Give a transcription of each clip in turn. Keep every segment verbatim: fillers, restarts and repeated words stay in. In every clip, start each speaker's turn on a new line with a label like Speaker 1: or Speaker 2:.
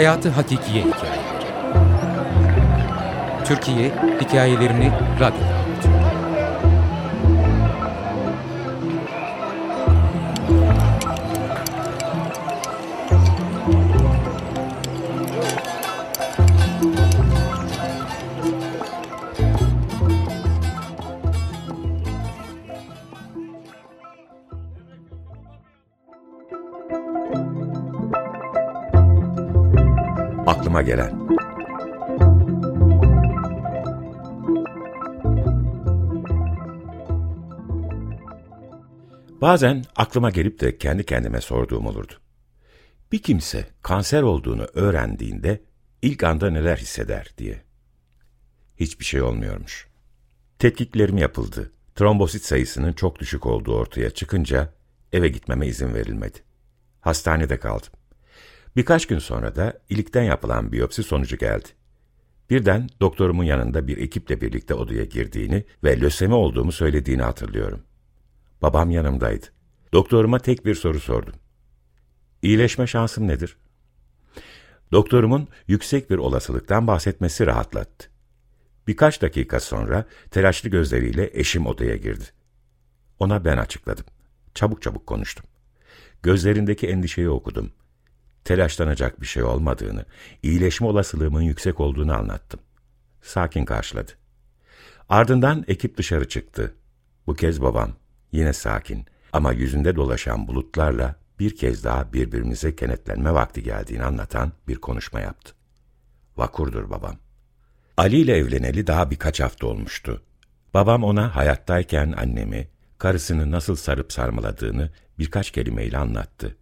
Speaker 1: Hayatı hakikiye hikayeleri. Türkiye hikayelerini radyoda anlatıyor.
Speaker 2: Aklıma gelen. Bazen aklıma gelip de kendi kendime sorduğum olurdu. Bir kimse kanser olduğunu öğrendiğinde ilk anda neler hisseder diye. Hiçbir şey olmuyormuş. Tetkiklerim yapıldı. Trombosit sayısının çok düşük olduğu ortaya çıkınca eve gitmeme izin verilmedi. Hastanede kaldım. Birkaç gün sonra da ilikten yapılan biyopsi sonucu geldi. Birden doktorumun yanında bir ekiple birlikte odaya girdiğini ve lösemi olduğumu söylediğini hatırlıyorum. Babam yanımdaydı. Doktoruma tek bir soru sordum. İyileşme şansım nedir? Doktorumun yüksek bir olasılıktan bahsetmesi rahatlattı. Birkaç dakika sonra telaşlı gözleriyle eşim odaya girdi. Ona ben açıkladım. Çabuk çabuk konuştum. Gözlerindeki endişeyi okudum. Telaşlanacak bir şey olmadığını, iyileşme olasılığımın yüksek olduğunu anlattım. Sakin karşıladı. Ardından ekip dışarı çıktı. Bu kez babam, yine sakin ama yüzünde dolaşan bulutlarla bir kez daha birbirimize kenetlenme vakti geldiğini anlatan bir konuşma yaptı. Vakurdur babam. Ali ile evleneli daha birkaç hafta olmuştu. Babam ona hayattayken annemi, karısını nasıl sarıp sarmaladığını birkaç kelimeyle anlattı.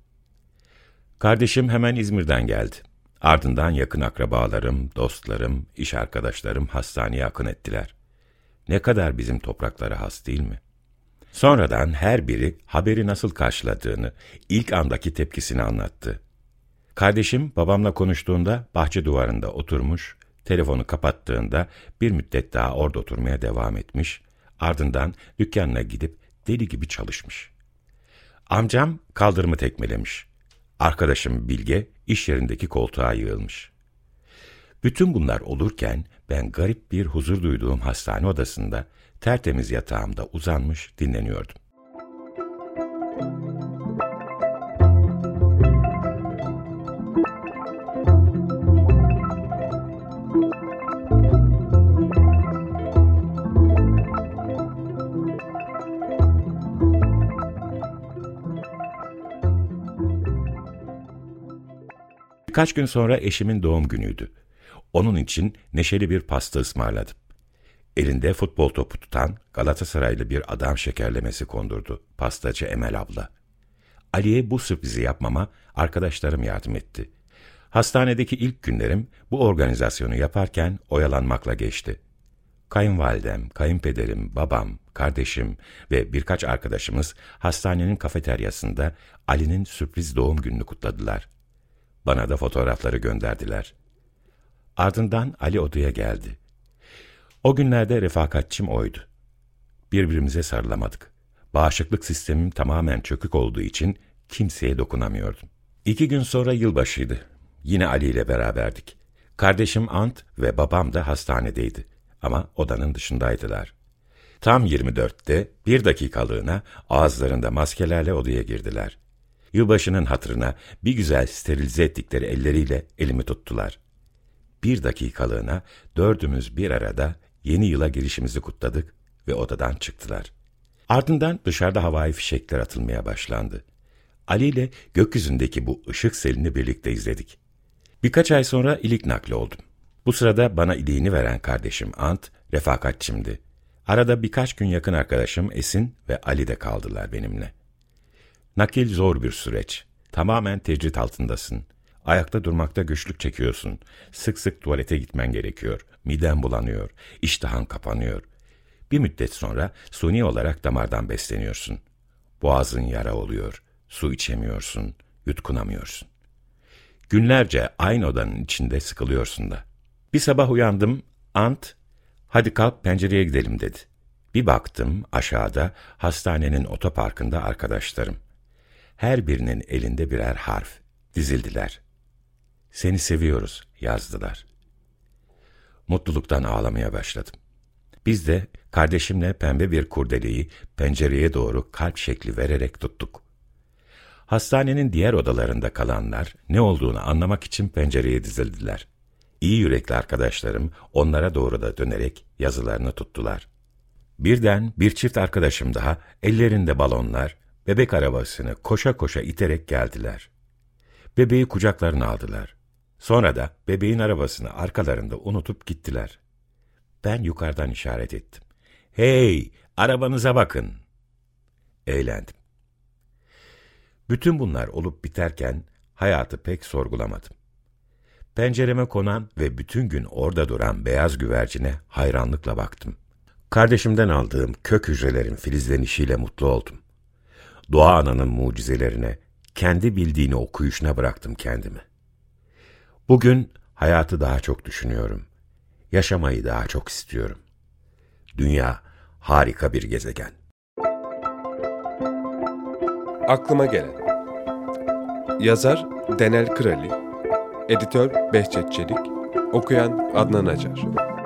Speaker 2: Kardeşim hemen İzmir'den geldi. Ardından yakın akrabalarım, dostlarım, iş arkadaşlarım hastaneye akın ettiler. Ne kadar bizim topraklara has değil mi? Sonradan her biri haberi nasıl karşıladığını, ilk andaki tepkisini anlattı. Kardeşim babamla konuştuğunda bahçe duvarında oturmuş, telefonu kapattığında bir müddet daha orada oturmaya devam etmiş, ardından dükkanına gidip deli gibi çalışmış. Amcam kaldırımı tekmelemiş. Arkadaşım Bilge iş yerindeki koltuğa yığılmış. Bütün bunlar olurken ben garip bir huzur duyduğum hastane odasında tertemiz yatağımda uzanmış dinleniyordum. Birkaç gün sonra eşimin doğum günüydü. Onun için neşeli bir pasta ısmarladım. Elinde futbol topu tutan Galatasaraylı bir adam şekerlemesi kondurdu pastacı Emel abla. Ali'ye bu sürprizi yapmama arkadaşlarım yardım etti. Hastanedeki ilk günlerim bu organizasyonu yaparken oyalanmakla geçti. Kayınvalidem, kayınpederim, babam, kardeşim ve birkaç arkadaşımız hastanenin kafeteryasında Ali'nin sürpriz doğum gününü kutladılar. Bana da fotoğrafları gönderdiler. Ardından Ali odaya geldi. O günlerde refakatçim oydu. Birbirimize sarılamadık. Bağışıklık sistemim tamamen çökük olduğu için kimseye dokunamıyordum. İki gün sonra yılbaşıydı. Yine Ali ile beraberdik. Kardeşim Ant ve babam da hastanedeydi. Ama odanın dışındaydılar. Tam yirmi dörtte bir dakikalığına ağızlarında maskelerle odaya girdiler. Yılbaşının hatırına bir güzel sterilize ettikleri elleriyle elimi tuttular. Bir dakikalığına dördümüz bir arada yeni yıla girişimizi kutladık ve odadan çıktılar. Ardından dışarıda havai fişekler atılmaya başlandı. Ali ile gökyüzündeki bu ışık selini birlikte izledik. Birkaç ay sonra ilik nakli oldum. Bu sırada bana iliğini veren kardeşim Ant, refakatçimdi. Arada birkaç gün yakın arkadaşım Esin ve Ali de kaldılar benimle. Nakil zor bir süreç. Tamamen tecrit altındasın. Ayakta durmakta güçlük çekiyorsun. Sık sık tuvalete gitmen gerekiyor. Miden bulanıyor. İştahın kapanıyor. Bir müddet sonra suni olarak damardan besleniyorsun. Boğazın yara oluyor. Su içemiyorsun. Yutkunamıyorsun. Günlerce aynı odanın içinde sıkılıyorsun da. Bir sabah uyandım. Ant, hadi kalk pencereye gidelim dedi. Bir baktım aşağıda hastanenin otoparkında arkadaşlarım. Her birinin elinde birer harf. Dizildiler. Seni seviyoruz yazdılar. Mutluluktan ağlamaya başladım. Biz de kardeşimle pembe bir kurdeleyi pencereye doğru kalp şekli vererek tuttuk. Hastanenin diğer odalarında kalanlar ne olduğunu anlamak için pencereye dizildiler. İyi yürekli arkadaşlarım onlara doğru da dönerek yazılarını tuttular. Birden bir çift arkadaşım daha ellerinde balonlar, bebek arabasını koşa koşa iterek geldiler. Bebeği kucaklarına aldılar. Sonra da bebeğin arabasını arkalarında unutup gittiler. Ben yukarıdan işaret ettim. Hey, arabanıza bakın. Eğlendim. Bütün bunlar olup biterken hayatı pek sorgulamadım. Pencereme konan ve bütün gün orada duran beyaz güvercine hayranlıkla baktım. Kardeşimden aldığım kök hücrelerin filizlenişiyle mutlu oldum. Doğa ananın mucizelerine, kendi bildiğini okuyuşuna bıraktım kendimi. Bugün hayatı daha çok düşünüyorum. Yaşamayı daha çok istiyorum. Dünya harika bir gezegen.
Speaker 3: Aklıma gelen. Yazar Denel Krali, editör Behçet Çelik, okuyan Adnan Acar.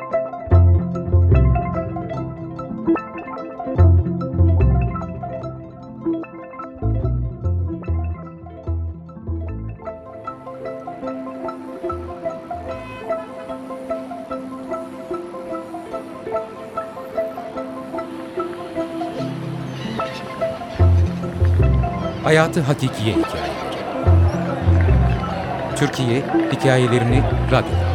Speaker 1: Hayatı Hakikiye Hikayeleri. Türkiye hikayelerini radyoda.